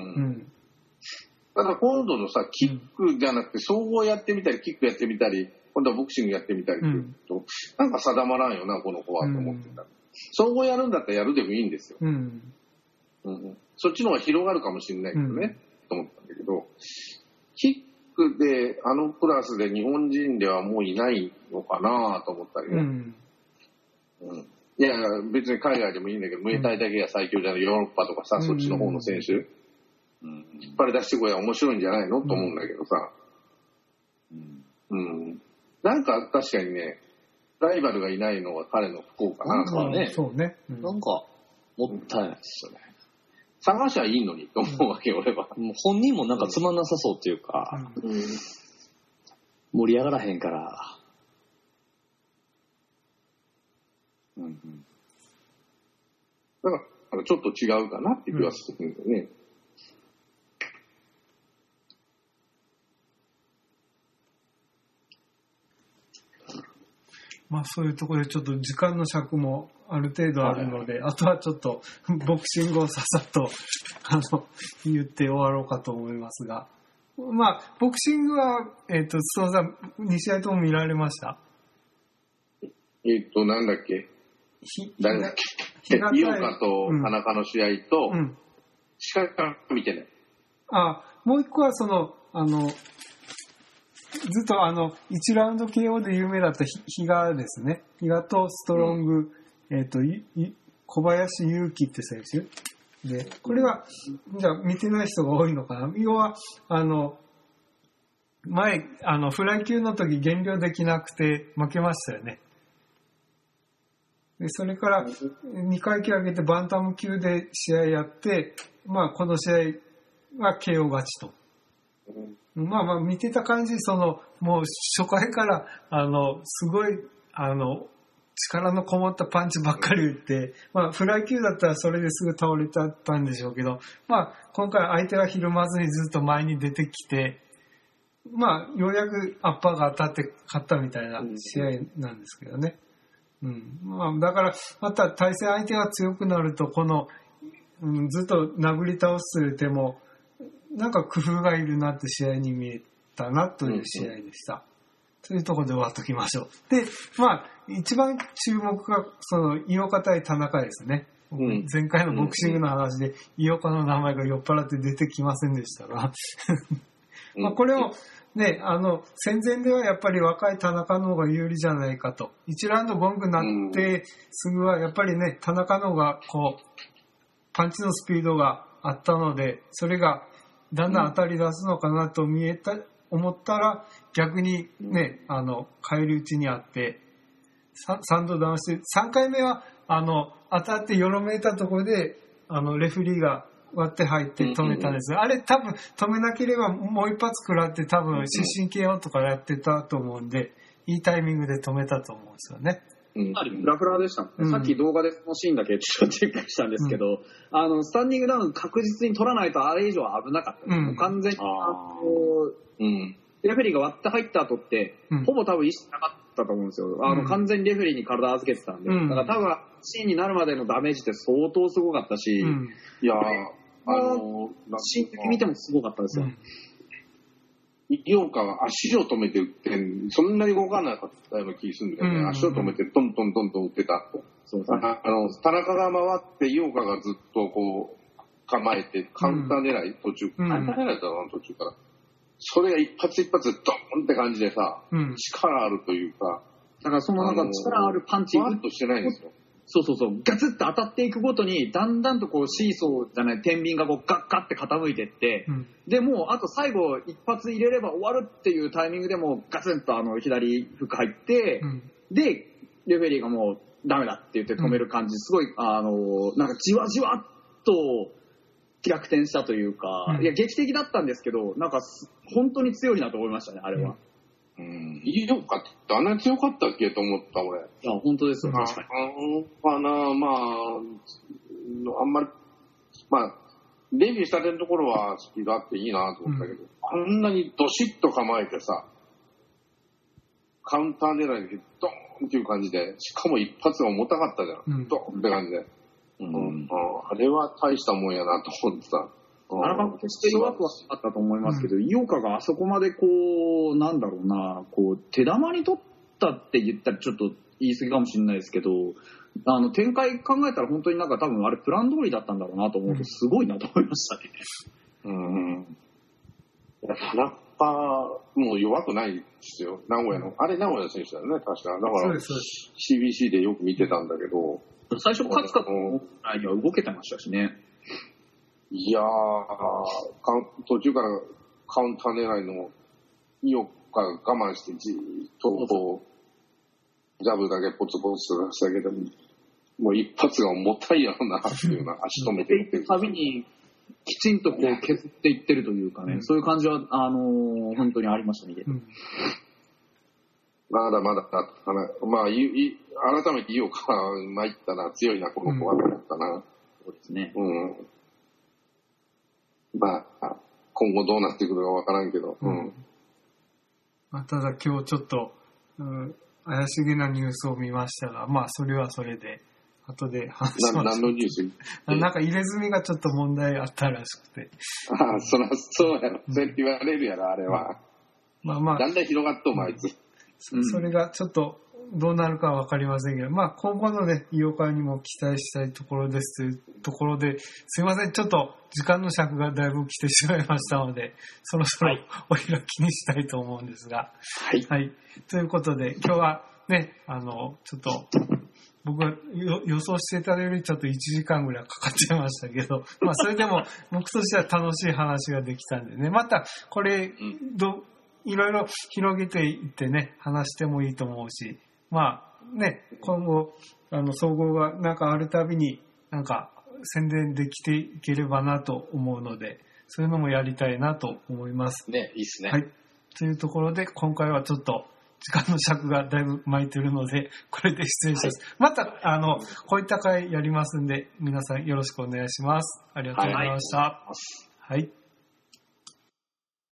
S2: ただ今度のさ、キックじゃなくて総合やってみたり、キックやってみたり、今度はボクシングやってみたりっていうと、うん、なんか定まらんよな、この子はと思ってた、うん。総合やるんだったらやるでもいいんですよ。うんうん、そっちの方が広がるかもしれないけどね、うん、と思ったんだけど、キックであのクラスで日本人ではもういないのかなと思ったりね。うんうん、いや別に海外でもいいんだけど、ムエタイだけが最強じゃない、ヨーロッパとかさ、うん、そっちの方の選手、うん、引っ張り出してこいは面白いんじゃないのと思うんだけどさ、うんうん、なんか確かにね、ライバルがいないのが彼の不幸かなとかね。
S1: そうね、うん、
S4: なんかもったいないですよね。
S2: 探しゃいいのにと思うわけ、うん、俺は。
S4: もう本人もなんかつまんなさそうっていうか、うん、盛り上がらへんから。
S2: うんうん、だからちょっと違うかなって気はするんだよね、
S1: うん、まあそういうところでちょっと時間の尺もある程度あるので、はい、あとはちょっとボクシングをさっさとあの言って終わろうかと思いますが、まあボクシングはえっ、ー、と須藤さんに試合とも見られました？
S2: えっ、ー、となんだっけ誰だっけ、井岡と田中の試合と、うん、しか見てない。
S1: あ、もう一個はそのあのずっとあのいちラウンド ケーオー で有名だった比嘉ですね。比嘉とストロング、うん、えっ、ー、と小林勇輝って選手で、これはじゃあ見てない人が多いのかな。要はあの前あのフライ級の時減量できなくて負けましたよね。でそれからにかい級上げてバンタム級で試合やって、まあこの試合は ケーオー 勝ちと。まあまあ見てた感じ、そのもう初回からあのすごいあの力のこもったパンチばっかり打って、まあフライ級だったらそれですぐ倒れちゃったんでしょうけど、まあ今回相手がひるまずにずっと前に出てきて、まあようやくアッパーが当たって勝ったみたいな試合なんですけどね。うんまあ、だからまた対戦相手が強くなるとこの、うん、ずっと殴り倒すという手もなんか工夫がいるなって試合に見えたなという試合でした、うんうん、というところで終わっときましょう。でまあ一番注目がその井岡対田中ですね、うん、前回のボクシングの話で井岡の名前が酔っ払って出てきませんでしたがまあこれをね、あの戦前ではやっぱり若い田中の方が有利じゃないかと。いちラウンドゴングになってすぐはやっぱりね、田中の方がこうパンチのスピードがあったので、それがだんだん当たり出すのかなと見えた思ったら逆にね、あの返り討ちにあってさんどダウンして、さんかいめはあの当たってよろめいたところであのレフェリーが割って入って止めたんです、うんうん、あれ多分止めなければもう一発食らって多分失神 ケーオー とかやってたと思うんで、いいタイミングで止めたと思うんですよね。
S3: うん、フラフラでしたもんね、うん、さっき動画でそのシーンだけちょっとチェックしたんですけど、うん、あのスタンディングダウン確実に取らないとあれ以上は危なかったです、うん、もう完全にあの、うん、レフェリーが割って入った後って、うん、ほぼ多分意識なかったと思うんですよ。あの、うん、完全にレフェリーに体預けてたんで、うん、だから多分シーンになるまでのダメージって相当すごかったし、うん、いやあのシーンだけ見てもすごかったですよ。
S2: 井岡は足を止めて打ってそんなに動かなかったような気がするんだよね、うんうんうん、足を止めてトントントントン打ってたと。そうですね、あの田中が回って井岡がずっとこう構えて、カウンター狙い、途中、カウンター狙いだったな、途中から。それが一発一発ドーンって感じでさ、うん、力あるというか。
S3: だからそのなんか力あるパンチ。
S2: ふわっとしてないんですよ。
S3: そうそうそう、ガツッと当たっていくごとに、だんだんとこうシーソーじゃない、天秤がこうガッガッって傾いていって、うん、で、もうあと最後一発入れれば終わるっていうタイミングでもガツンとあの左フック入って、うん、で、レフェリーがもうダメだって言って止める感じ、すごい、あの、なんかじわじわっと逆転したというか、うん、いや、劇的だったんですけど、なんか本当に強いなと思いましたね、あれは。
S2: うん、いいよかった。あんなに強かったっけと思った、俺。い
S3: や、本当ですよ、確かに。
S2: あかな、まあ、あんまり、まあ、デビューしたてのところはスピードあっていいなと思ったけど、うん、あんなにドシッと構えてさ、カウンター狙いでドーンっていう感じで、しかも一発が重たかったじゃん。うん、ドーンって感じで、うんうん。あれは大したもんやなと思ってさ。
S3: あらか決して弱くはなかったと思いますけど、井岡があそこまでこう、なんだろうな、こう、手玉に取ったって言ったらちょっと言い過ぎかもしれないですけど、あの、展開考えたら本当になんか多分あれプラン通りだったんだろうなと思うと、すごいなと思いましたね。
S2: うん。田中もう弱くないですよ、名古屋の。あれ名古屋の選手だよね、確か。だから、シービーシー でよく見てたんだけど。
S3: 最初勝つかと思ったら動けてましたしね。
S2: いやー、途中からカウンター狙いの井岡が我慢してじーっとこう、ジャブだけポツポツと出しただけでも、もう一発が重たいやろなっていうのは足止めていってる。
S3: たびにきちんとこう削っていってるというかね、うん、そういう感じは、あのー、本当にありましたね。うん、
S2: まだまだ、まあ、いい改めて井岡参ったな、強いな、この子はと思ったな、うん。
S3: そうですね。
S2: うんまあ、今後どうなってくるかわからんけど。うん。
S1: まあ、ただ今日ちょっと、うん、怪しげなニュースを見ましたが、まあそれはそれで、後で話します。
S2: 何のニュース
S1: なんか入れ墨がちょっと問題あったらしくて。
S2: ああ、そら、そうやろ。そう言われるやろ、あれは。
S1: まあまあ。
S2: だんだん広がっともあいつ。
S1: そ, それがちょっと、どうなるかは分かりませんけど、まあ今後のね、井岡にも期待したいところですというところで、すいません、ちょっと時間の尺がだいぶ来てしまいましたので、そろそろお開きにしたいと思うんですが。
S2: はい。
S1: はい。ということで、今日はね、あの、ちょっと、僕は予想してたよりちょっといちじかんぐらいかかっちゃいましたけど、まあそれでも僕としては楽しい話ができたんでね、またこれ、どいろいろ広げていってね、話してもいいと思うし、まあね、今後、あの、総合がなんかあるたびに、なんか宣伝できていければなと思うので、そういうのもやりたいなと思います。
S2: ね、いいっすね。
S1: はい。というところで、今回はちょっと、時間の尺がだいぶ巻いてるので、これで失礼します。はい、また、あの、こういった回やりますんで、皆さんよろしくお願いします。ありがとうございました。はい。はい